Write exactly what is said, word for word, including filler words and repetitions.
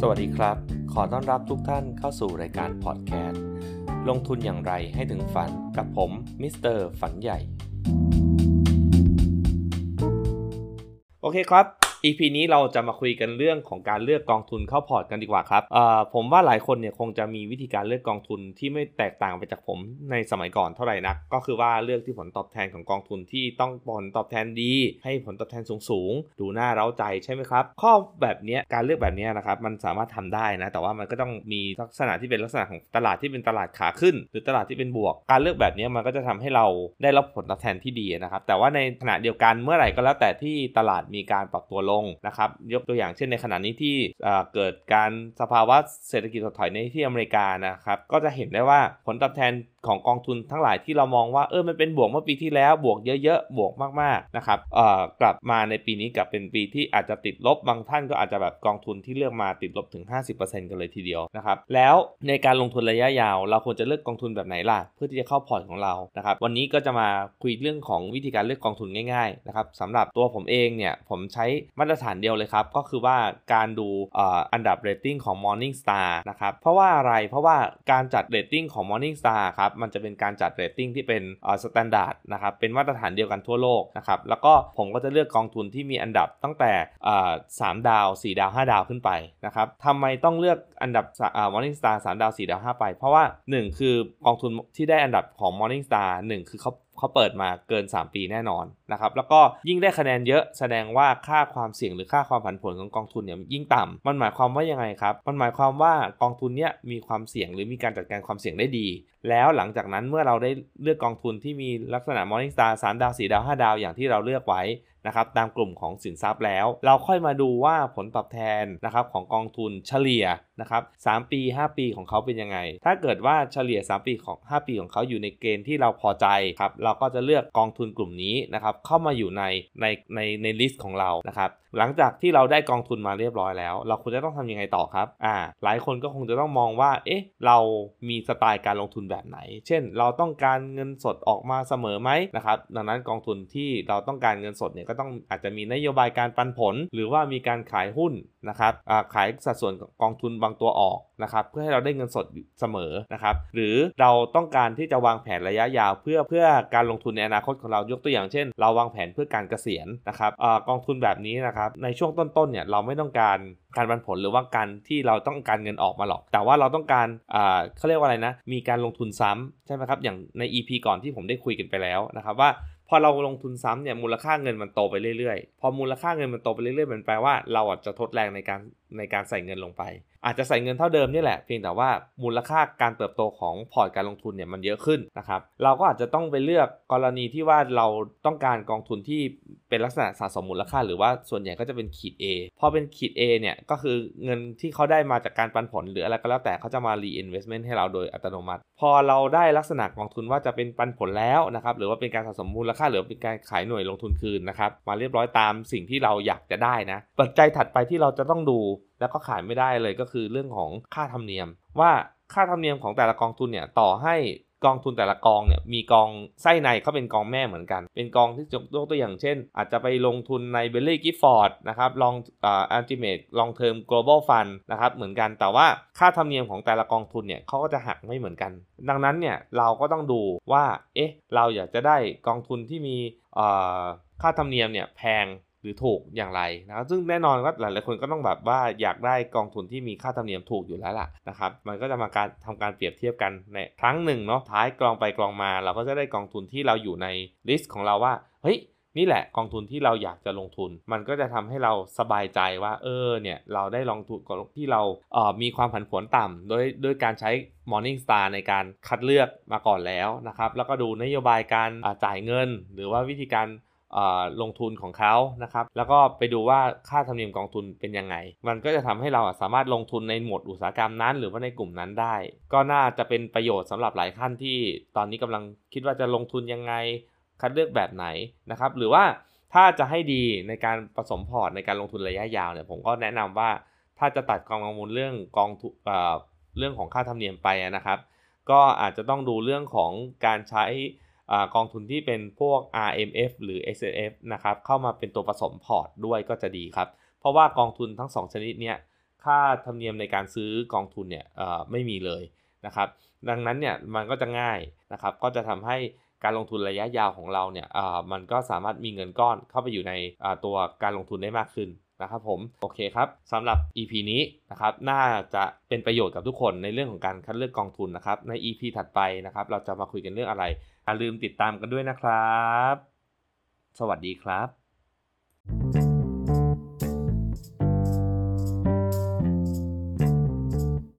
วัสดีครับขอต้อนรับทุกท่านเข้าสู่รายการพอดแคสต์ลงทุนอย่างไรให้ถึงฝันกับผมมิสเตอร์ฝันใหญ่โอเคครับ อี พี นี้เราจะมาคุยกันเรื่องของการเลือกกองทุนเข้าพอร์ตกันดีกว่าครับเอ่อผมว่าหลายคนเนี่ยคงจะมีวิธีการเลือกกองทุนที่ไม่แตกต่างไปจากผมในสมัยก่อนเท่าไหร่นักก็คือว่าเลือกที่ผลตอบแทนของกองทุนที่ต้องผลตอบแทนดีให้ผลตอบแทนสูงๆดูน่าเร้าใจใช่ไหมครับข้อแบบนี้การเลือกแบบนี้นะครับมันสามารถทำได้นะแต่ว่ามันก็ต้องมีลักษณะที่เป็นลักษณะของตลาดที่เป็นตลาดขาขึ้นหรือตลาดที่เป็นบวกการเลือกแบบนี้มันก็จะทำให้เราได้รับผลตอบแทนที่ดีนะครับแต่ว่าในขณะเดียวกันเมื่อไหร่ก็แล้วแต่ที่ตลาดมีการปรับตัวลงนะครับยกตัวอย่างเช่นในขณะนี้ที่เกิดการสภาวะเศรษฐกิจถดถอยในที่อเมริกานะครับก็จะเห็นได้ว่าผลตอบแทนของกองทุนทั้งหลายที่เรามองว่าเออมันเป็นบวกเมื่อปีที่แล้วบวกเยอะๆบวกมากๆนะครับเอ่อกลับมาในปีนี้กลับเป็นปีที่อาจจะติดลบบางท่านก็อาจจะแบบกองทุนที่เลือกมาติดลบถึง ห้าสิบเปอร์เซ็นต์ กันเลยทีเดียวนะครับแล้วในการลงทุนระยะยาวเราควรจะเลือกกองทุนแบบไหนล่ะเพื่อที่จะเข้าพอร์ตของเรานะครับวันนี้ก็จะมาคุยเรื่องของวิธีการเลือกกองทุนง่ายๆนะครับสำหรับตัวผมเองเนี่ยผมใช้มาตรฐานเดียวเลยครับก็คือว่าการดูเอ่ออันดับเรตติ้งของ Morningstar นะครับเพราะว่าอะไรเพราะว่าการจัดเรตติ้งของ Morningstar ครับมันจะเป็นการจัดเรตติ้งที่เป็นเอ่อ standard นะครับเป็นมาตรฐานเดียวกันทั่วโลกนะครับแล้วก็ผมก็จะเลือกกองทุนที่มีอันดับตั้งแต่เอ่อสามดาวสี่ดาวห้าดาวขึ้นไปนะครับทำไมต้องเลือกอันดับเอ่อ Morningstar สามดาวสี่ดาวห้าไปเพราะว่าหนึ่งคือกองทุนที่ได้อันดับของ Morningstar หนึ่งคือเขาเขาเปิดมาเกินสามปีแน่นอนนะครับแล้วก็ยิ่งได้คะแนนเยอะแสดงว่าค่าความเสี่ยงหรือค่าความผันผวนของกองทุนเนี่ยยิ่งต่ำมันหมายความว่ายังไงครับมันหมายความว่ากองทุนเนี้ยมีความเสี่ยงหรือมีการจัดการความเสี่ยงได้ดีแล้วหลังจากนั้นเมื่อเราได้เลือกกองทุนที่มีลักษณะ Morningstar สามดาวสี่ดาวห้าดาวอย่างที่เราเลือกไว้นะครับตามกลุ่มของสินทรัพย์แล้วเราค่อยมาดูว่าผลตอบแทนนะครับของกองทุนเฉลี่ยนะครับสามปีห้าปีของเขาเป็นยังไงถ้าเกิดว่าเฉลี่ยสามปีของห้าปีของเขาอยู่ในเกณฑ์ที่เราพอใจครับเราก็จะเลือกกองทุนกลุ่มนี้นะครับเข้ามาอยู่ในในในในลิสต์ของเรานะครับหลังจากที่เราได้กองทุนมาเรียบร้อยแล้วเราควรจะต้องทำยังไงต่อครับอ่าหลายคนก็คงจะต้องมองว่าเอ๊ะเรามีสไตล์การลงทุนแบบไหนเช่นเราต้องการเงินสดออกมาเสมอไหมนะครับดังนั้นกองทุนที่เราต้องการเงินสดเนี่ยก็ต้องอาจจะมีนโยบายการปันผลหรือว่ามีการขายหุ้นนะครับอ่าขายสัดส่วนกองทุนบางตัวออกนะครับเพื่อให้เราได้เงินสดเสมอนะครับหรือเราต้องการที่จะวางแผนระยะยาวเพื่อเพื่อการลงทุนในอนาคตของเรายกตัวอย่างเช่นเราวางแผนเพื่อการเกษียณนะครับอ่ากองทุนแบบนี้นะครับในช่วงต้นๆเนี่ยเราไม่ต้องการการปันผลหรือว่าการที่เราต้องการเงินออกมาหรอกแต่ว่าเราต้องการอ่าเขาเรียกว่าอะไรนะมีการลงทุนซ้ำใช่ไหมครับอย่างใน อี พี ก่อนที่ผมได้คุยกันไปแล้วนะครับว่าพอเราลงทุนซ้ำเนี่ยมูลค่าเงินมันโตไปเรื่อยๆพอมูลค่าเงินมันโตไปเรื่อยๆมันแปลว่าเราอาจจะทดแรงในการในการใส่เงินลงไปอาจจะใส่เงินเท่าเดิมนี่แหละเพียงแต่ว่ามูลค่าการเติบโตของพอร์ตการลงทุนเนี่ยมันเยอะขึ้นนะครับเราก็อาจจะต้องไปเลือกกรณีที่ว่าเราต้องการกองทุนที่เป็นลักษณะสะสมมูลค่าหรือว่าส่วนใหญ่ก็จะเป็นขีด A พอเป็นขีด A เนี่ยก็คือเงินที่เขาได้มาจากการปันผลหรืออะไรก็แล้วแต่เขาจะมา reinvestment ให้เราโดยอัตโนมัติพอเราได้ลักษณะกองทุนว่าจะเป็นปันผลแล้วนะครับหรือว่าเป็นการสะสมมูลค่าหรือเป็นการขายหน่วยลงทุนคืนนะครับมาเรียบร้อยตามสิ่งที่เราอยากจะได้นะปัจจัยถัดไปที่เราจะต้องดูแล้วก็ขายไม่ได้เลยก็คือเรื่องของค่าธรรมเนียมว่าค่าธรรมเนียมของแต่ละกองทุนเนี่ยต่อให้กองทุนแต่ละกองเนี่ยมีกองไส้ในเขาเป็นกองแม่เหมือนกันเป็นกองที่ยกตัวอย่างเช่นอาจจะไปลงทุนใน Berry Gifford นะครับลองเอ่อ Ultimate Long Term Global Fund นะครับเหมือนกันแต่ว่าค่าธรรมเนียมของแต่ละกองทุนเนี่ยเขาก็จะหักไม่เหมือนกันดังนั้นเนี่ยเราก็ต้องดูว่าเอ๊ะเราอยากจะได้กองทุนที่มีเอ่อค่าธรรมเนียมเนี่ยแพงหรือถูกอย่างไรนะครับซึ่งแน่นอนว่าหลายๆคนก็ต้องแบบว่าอยากได้กองทุนที่มีค่าธรรมเนียมถูกอยู่แล้วล่ะนะครับมันก็จะมาการทำการเปรียบเทียบกันในครั้งหนึ่งเนาะท้ายกรองไปกรองมาเราก็จะได้กองทุนที่เราอยู่ในลิสต์ของเราว่าเฮ้ยนี่แหละกองทุนที่เราอยากจะลงทุนมันก็จะทำให้เราสบายใจว่าเออเนี่ยเราได้ลงทุนที่เราเอ่อมีความผันผวนต่ำโดยโดยการใช้ Morningstar ในการคัดเลือกมาก่อนแล้วนะครับแล้วก็ดูนโยบายการจ่ายเงินหรือว่าวิธีการลงทุนของเขานะครับแล้วก็ไปดูว่าค่าธรรมเนียมกองทุนเป็นยังไงมันก็จะทำให้เราสามารถลงทุนในหมวดอุตสาหกรรมนั้นหรือว่าในกลุ่มนั้นได้ก็น่าจะเป็นประโยชน์สำหรับหลายท่านที่ตอนนี้กำลังคิดว่าจะลงทุนยังไงคัดเลือกแบบไหนนะครับหรือว่าถ้าจะให้ดีในการผสมพอร์ตในการลงทุนระยะยาวเนี่ยผมก็แนะนำว่าถ้าจะตัดความกังวลเรื่องกองทุนเอ่อเรื่องของค่าธรรมเนียมไปนะครับก็อาจจะต้องดูเรื่องของการใช้กองทุนที่เป็นพวก อาร์ เอ็ม เอฟ หรือ เอส เอฟ นะครับเข้ามาเป็นตัวผสมพอร์ตด้วยก็จะดีครับเพราะว่ากองทุนทั้งสองชนิดเนี้ยค่าธรรมเนียมในการซื้อกองทุนเนี่ยเอ่อไม่มีเลยนะครับดังนั้นเนี่ยมันก็จะง่ายนะครับก็จะทำให้การลงทุนระยะยาวของเราเนี่ยเอ่อมันก็สามารถมีเงินก้อนเข้าไปอยู่ในอ่าตัวการลงทุนได้มากขึ้นนะครับผมโอเคครับสำหรับ อี พี นี้นะครับน่าจะเป็นประโยชน์กับทุกคนในเรื่องของการคัดเลือกกองทุนนะครับใน อี พี ถัดไปนะครับเราจะมาคุยกันเรื่องอะไรอย่าลืมติดตามกันด้วยนะครับสวัสดีครับ